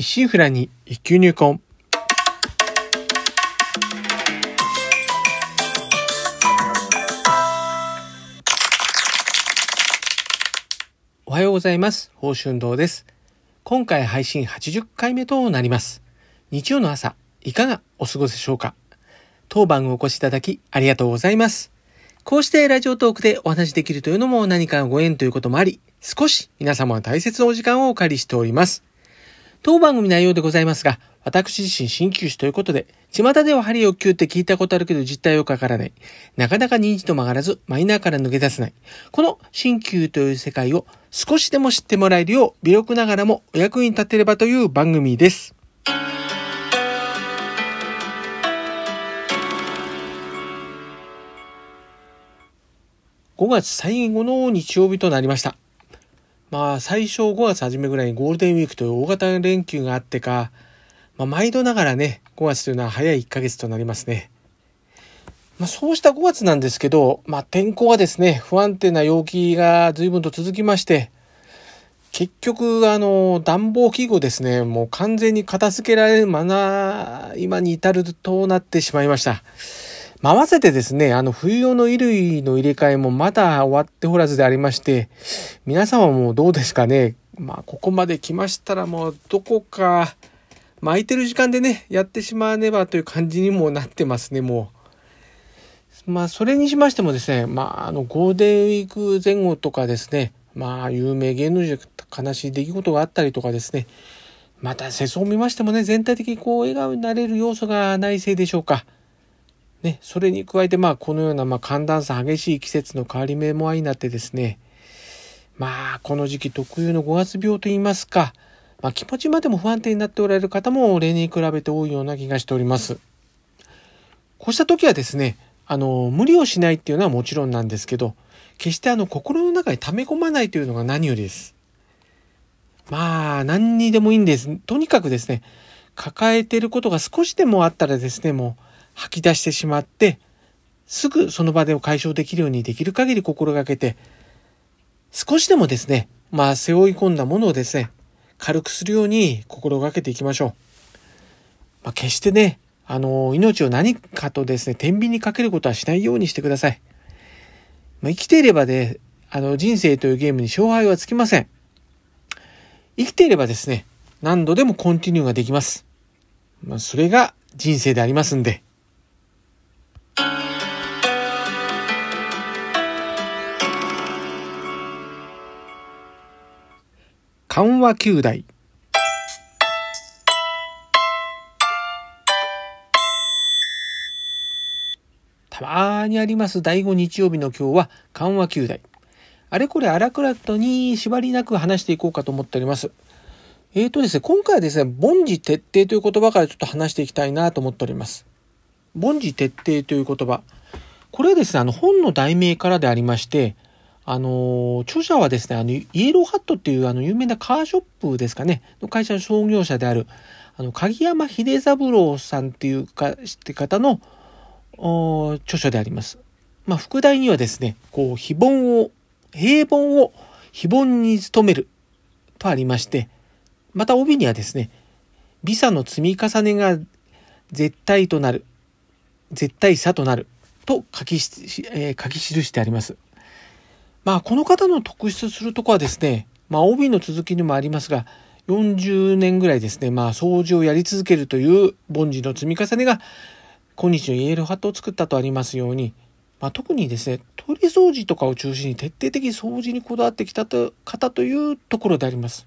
心不乱に一級入魂。おはようございます。宝春堂です。今回配信80回目となります。日曜の朝、いかがお過ごしでしょうか。当番をお越しいただきありがとうございます。こうしてラジオトークでお話しできるというのも何かご縁ということもあり、少し皆様の大切なお時間をお借りしております。当番組内容でございますが、私自身鍼灸師ということで、巷では針を灸って聞いたことあるけど実態をかからない、なかなか認知度も上がらずマイナーから抜け出せない、この鍼灸という世界を少しでも知ってもらえるよう、微力ながらもお役に立てればという番組です。5月最後の日曜日となりました。最初5月初めぐらいにゴールデンウィークという大型連休があってか、毎度ながらね、5月というのは早い1ヶ月となりますね。そうした5月なんですけど、天候がですね、不安定な陽気が随分と続きまして、結局暖房器具ですね、もう完全に片付けられる今に至るとなってしまいました。合わせてですね、冬用の衣類の入れ替えもまだ終わっておらずでありまして、皆様もどうですかね。ここまで来ましたらもうどこか空いてる時間でね、やってしまわねばという感じにもなってますね、もう。それにしましてもですね、ゴールデンウィーク前後とかですね、有名芸能人悲しい出来事があったりとかですね、また世相を見ましてもね、全体的に笑顔になれる要素がないせいでしょうか。それに加えてこのような寒暖差激しい季節の変わり目も相なってですね、この時期特有の5月病といいますか、気持ちまでも不安定になっておられる方も例に比べて多いような気がしております。こうした時はですね、無理をしないっていうのはもちろんなんですけど、決して心の中に溜め込まないというのが何よりです。何にでもいいんです。とにかくですね、抱えていることが少しでもあったらですね、もう吐き出してしまって、すぐその場で解消できるようにできる限り心がけて、少しでもですね、背負い込んだものをですね、軽くするように心がけていきましょう。決してね、命を何かとですね、天秤にかけることはしないようにしてください。生きていればね、人生というゲームに勝敗はつきません。生きていればですね、何度でもコンティニューができます。それが人生でありますんで。緩和9代。たまにあります第5日曜日の今日は緩和9代。あれこれ荒くらとに縛りなく話していこうかと思っております。ですね、今回はですね、凡事徹底という言葉からちょっと話していきたいなと思っております。凡事徹底という言葉。これはですね、本の題名からでありまして、著者はですね、イエローハットっていう有名なカーショップですかね、の会社の創業者である、鍵山秀三郎さんっていう方の著書であります。副題にはですね、平凡を非凡に努めるとありまして、また帯にはですね、美差の積み重ねが絶対差となると書き記してあります。この方の特筆するところはですね、帯の続きにもありますが、40年ぐらいですね、掃除をやり続けるという凡事の積み重ねが今日のイエローハットを作ったとありますように、特にですね、トイレ掃除とかを中心に徹底的に掃除にこだわってきた方というところであります。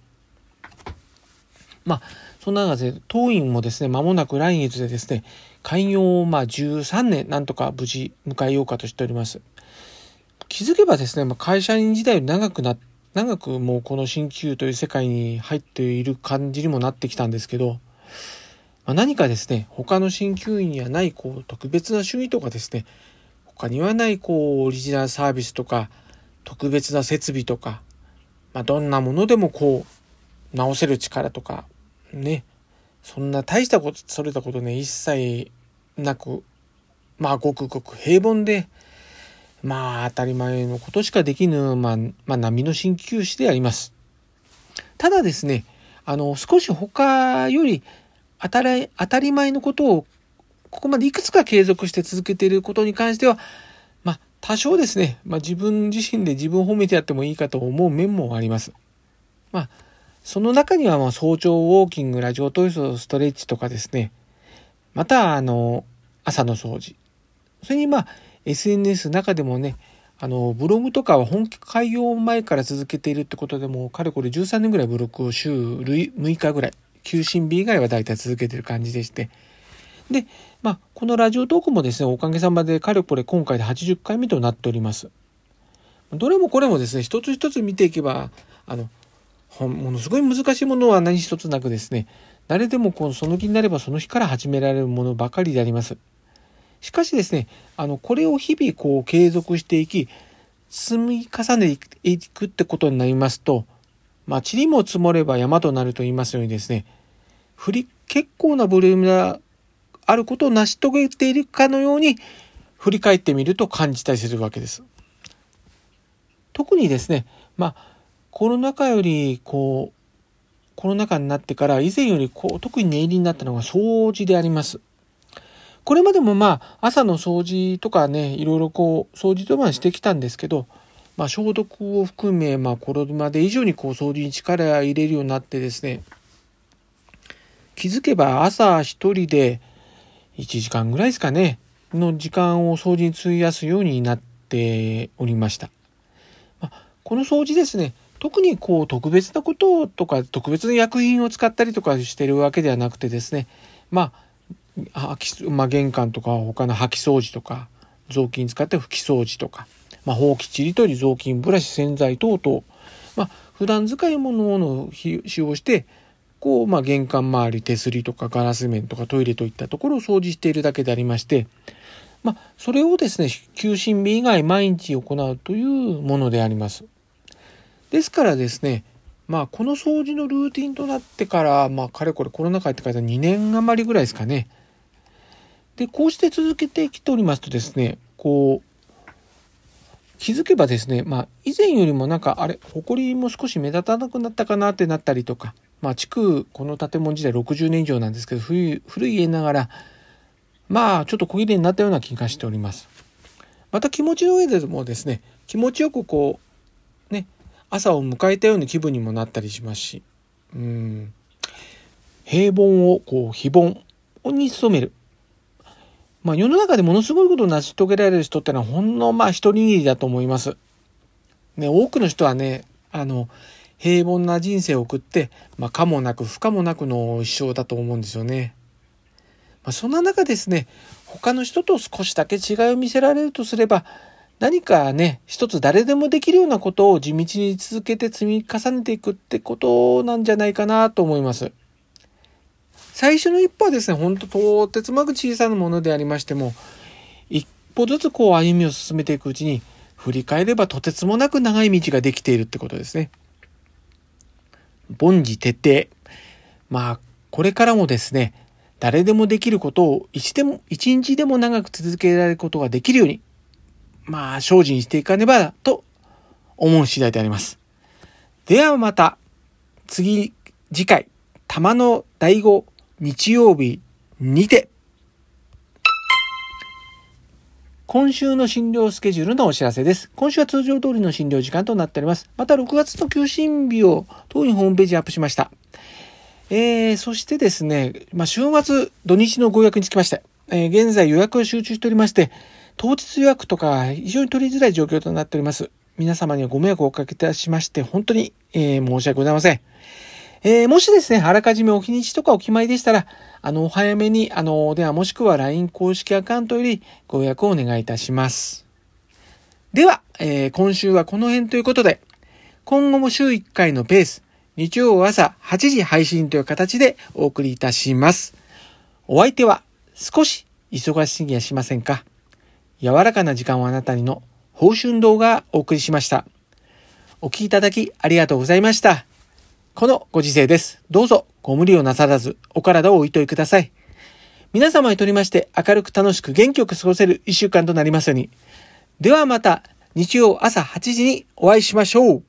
そんな中で当院もですね、間もなく来月でですね、開業13年なんとか無事迎えようかとしております。気づけばですね、会社員時代より長くもうこの鍼灸という世界に入っている感じにもなってきたんですけど、何かですね、他の鍼灸院にはない特別な趣味とかですね、他にはないオリジナルサービスとか特別な設備とか、どんなものでも直せる力とかね、そんな大したことそれたことね一切なく、ごくごく平凡で当たり前のことしかできぬ、並の鍼灸師であります。ただですね、 少し他より当たり前のことをここまでいくつか継続して続けていることに関しては、多少ですね、自分自身で自分を褒めてやってもいいかと思う面もあります。その中には早朝ウォーキング、ラジオ体操、ストレッチとかですね、また朝の掃除、それにSNS 中でもね、ブログとかは本開業前から続けているってことでもかれこれ13年ぐらいブログを週6日ぐらい、休診日以外はだいたい続けている感じでして、で、このラジオトークもですね、おかげさまでかれこれ今回で80回目となっております。どれもこれもですね、一つ一つ見ていけば、ものすごい難しいものは何一つなくですね、誰でもその気になればその日から始められるものばかりであります。しかしですね、これを日々継続していき、積み重ねていくってことになりますと、塵も積もれば山となると言いますようにですね、結構なボリュームがあることを成し遂げているかのように振り返ってみると感じたりするわけです。特にですね、コロナ禍になってから以前より特に念入りになったのが掃除であります。これまでも朝の掃除とかね、いろいろ掃除とかしてきたんですけど、消毒を含めコロナで以上に掃除に力を入れるようになってですね、気づけば朝一人で1時間ぐらいですかねの時間を掃除に費やすようになっておりました。この掃除ですね、特に特別なこととか特別な薬品を使ったりとかしてるわけではなくてですね、玄関とか他の掃き掃除とか雑巾使って拭き掃除とか、ほうきちり取り雑巾ブラシ洗剤等々、普段使い物を使用して玄関周り手すりとかガラス面とかトイレといったところを掃除しているだけでありまして、それをですね休診日以外毎日行うというものであります。ですからですね、この掃除のルーティンとなってからかれこれコロナ禍って書いた2年余りぐらいですかね。でこうして続けてきておりますとですね、気づけばですね、以前よりも埃も少し目立たなくなったかなってなったりとか、この建物自体60年以上なんですけど、古い家ながらちょっと小切れになったような気がしております。また気持ちの上でもですね、気持ちよく朝を迎えたような気分にもなったりしますし、平凡を非凡に努める。世の中でものすごいことを成し遂げられる人ってのはほんの一握りだと思います。多くの人はね、平凡な人生を送って、可もなく不可もなくの一生だと思うんですよね。そんな中ですね、他の人と少しだけ違いを見せられるとすれば、何かね、一つ誰でもできるようなことを地道に続けて積み重ねていくってことなんじゃないかなと思います。最初の一歩はですね、本当とてつもなく小さなものでありましても、一歩ずつ歩みを進めていくうちに、振り返ればとてつもなく長い道ができているってことですね。凡事徹底。これからもですね、誰でもできることを一日でも長く続けられることができるように、精進していかねばと思う次第であります。ではまた次回玉の第5日曜日にて、今週の診療スケジュールのお知らせです。今週は通常通りの診療時間となっております。また6月の休診日を当院ホームページにアップしました。そしてですね、週末土日のご予約につきまして、現在予約を集中しておりまして、当日予約とか非常に取りづらい状況となっております。皆様にはご迷惑をおかけいたしまして本当に、申し訳ございません。もしですね、あらかじめお日にちとかお決まりでしたら、お早めに、電話もしくは LINE 公式アカウントよりご予約をお願いいたします。では、今週はこの辺ということで、今後も週1回のペース、日曜朝8時配信という形でお送りいたします。お相手は少し忙しすぎやしませんか？柔らかな時間をあなたにの報春動画をお送りしました。お聞きいただきありがとうございました。このご時世です。どうぞご無理をなさらずお体をおいといください。皆様にとりまして明るく楽しく元気よく過ごせる1週間となりますように。ではまた日曜朝8時にお会いしましょう。